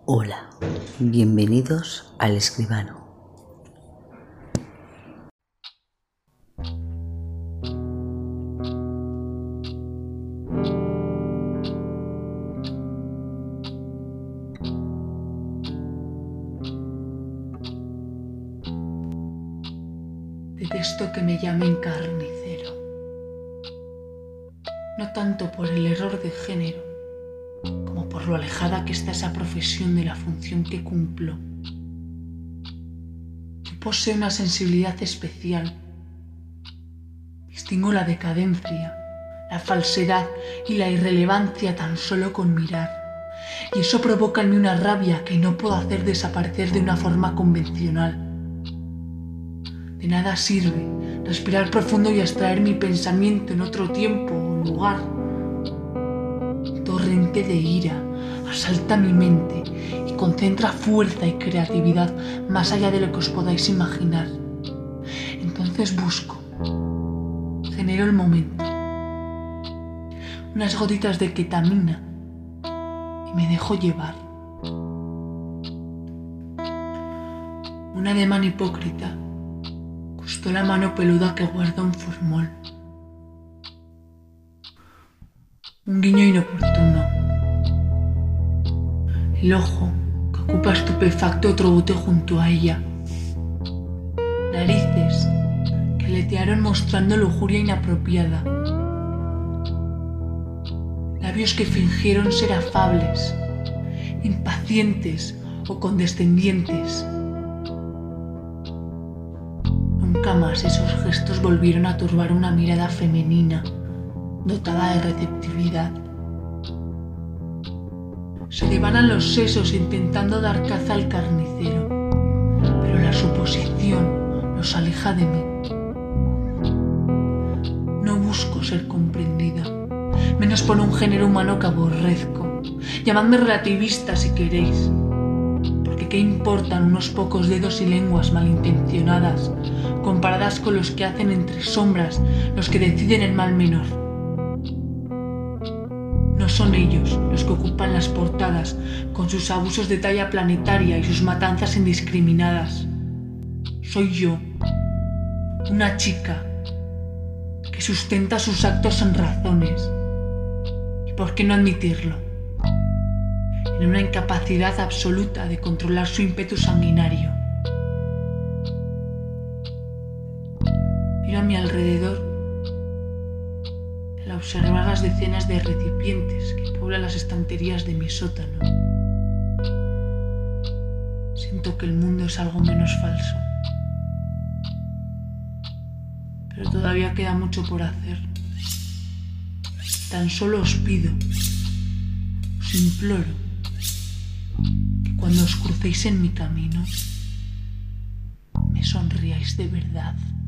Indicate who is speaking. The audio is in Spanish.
Speaker 1: Hola, bienvenidos al Escribano.
Speaker 2: Detesto que me llamen carnicero, no tanto por el error de género, como por lo alejada que está esa profesión de la función que cumplo. Yo poseo una sensibilidad especial. Distingo la decadencia, la falsedad y la irrelevancia tan solo con mirar, y eso provoca en mí una rabia que no puedo hacer desaparecer de una forma convencional. De nada sirve respirar profundo y abstraer mi pensamiento en otro tiempo o lugar. Un torrente de ira asalta mi mente y concentra fuerza y creatividad más allá de lo que os podáis imaginar. Entonces busco, genero el momento, unas gotitas de ketamina y me dejo llevar. Un ademán hipócrita costó la mano peluda que guarda un formol. Un guiño inoportuno. El ojo que ocupa estupefacto otro bote junto a ella. Narices que aletearon mostrando lujuria inapropiada. Labios que fingieron ser afables, impacientes o condescendientes. Nunca más esos gestos volvieron a turbar una mirada femenina, dotada de receptividad. Se devanan los sesos intentando dar caza al carnicero, pero la suposición los aleja de mí. No busco ser comprendida, menos por un género humano que aborrezco. Llamadme relativista si queréis, porque ¿qué importan unos pocos dedos y lenguas malintencionadas comparadas con los que hacen entre sombras los que deciden el mal menor? No son ellos los que ocupan las portadas con sus abusos de talla planetaria y sus matanzas indiscriminadas. Soy yo, una chica que sustenta sus actos en razones. ¿Y por qué no admitirlo? En una incapacidad absoluta de controlar su ímpetu sanguinario. Miro a mi alrededor al observar las decenas de recipientes que poblan las estanterías de mi sótano. Siento que el mundo es algo menos falso, pero todavía queda mucho por hacer. Tan solo os pido, os imploro, que cuando os crucéis en mi camino, me sonriáis de verdad.